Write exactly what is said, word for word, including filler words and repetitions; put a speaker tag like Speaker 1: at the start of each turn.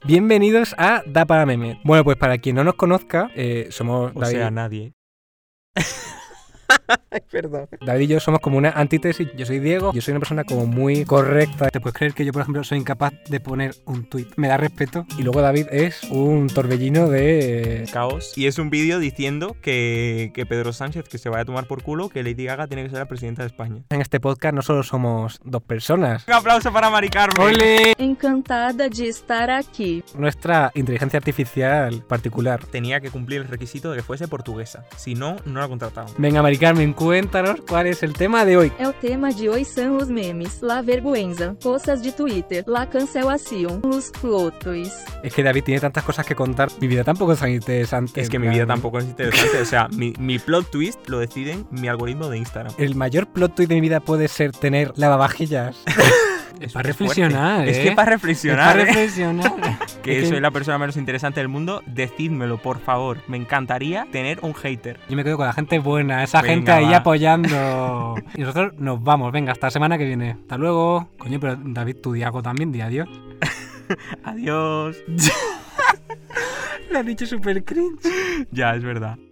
Speaker 1: Bienvenidos a Da para Meme. Bueno, pues para quien no nos conozca, eh, somos
Speaker 2: O
Speaker 1: David.
Speaker 2: sea, nadie.
Speaker 1: Perdón. David y yo somos como una antítesis. Yo soy Diego, yo soy una persona como muy correcta. ¿Te puedes creer que yo, por ejemplo, soy incapaz de poner un tuit? Me da respeto. Y luego David es un torbellino de...
Speaker 2: Caos. Y es un vídeo diciendo que, que Pedro Sánchez, que se vaya a tomar por culo, que Lady Gaga tiene que ser la presidenta de España.
Speaker 1: En este podcast no solo somos dos personas.
Speaker 2: Un aplauso para Mari Carmen.
Speaker 1: ¡Ole!
Speaker 3: Encantada de estar aquí.
Speaker 1: Nuestra inteligencia artificial particular.
Speaker 2: Tenía que cumplir el requisito de que fuese portuguesa. Si no, no la contrataban.
Speaker 1: Venga, Mari Carmen, cuéntanos cuál es el tema de hoy.
Speaker 3: El tema de hoy son los memes, la vergüenza, cosas de Twitter, la cancelación, los plot twists.
Speaker 1: Es que David tiene tantas cosas que contar. Mi vida tampoco es tan interesante.
Speaker 2: Es que mi vida tampoco es interesante. O sea, mi, mi plot twist lo deciden mi algoritmo de Instagram.
Speaker 1: El mayor plot twist de mi vida puede ser tener lavavajillas.
Speaker 2: Es
Speaker 1: para
Speaker 2: muy
Speaker 1: reflexionar,
Speaker 2: fuerte.
Speaker 1: ¿eh?
Speaker 2: Es que para reflexionar,
Speaker 1: para
Speaker 2: ¿eh?
Speaker 1: reflexionar.
Speaker 2: Que
Speaker 1: Es que
Speaker 2: soy la persona menos interesante del mundo, decídmelo, por favor. Me encantaría tener un hater.
Speaker 1: Yo me quedo con la gente buena, esa
Speaker 2: Venga,
Speaker 1: gente ahí
Speaker 2: va.
Speaker 1: apoyando. Y nosotros nos vamos, venga, hasta la semana que viene. Hasta luego. Coño, pero David, tu Diago también, di adiós.
Speaker 2: Adiós.
Speaker 1: Lo has dicho súper cringe.
Speaker 2: Ya, es verdad.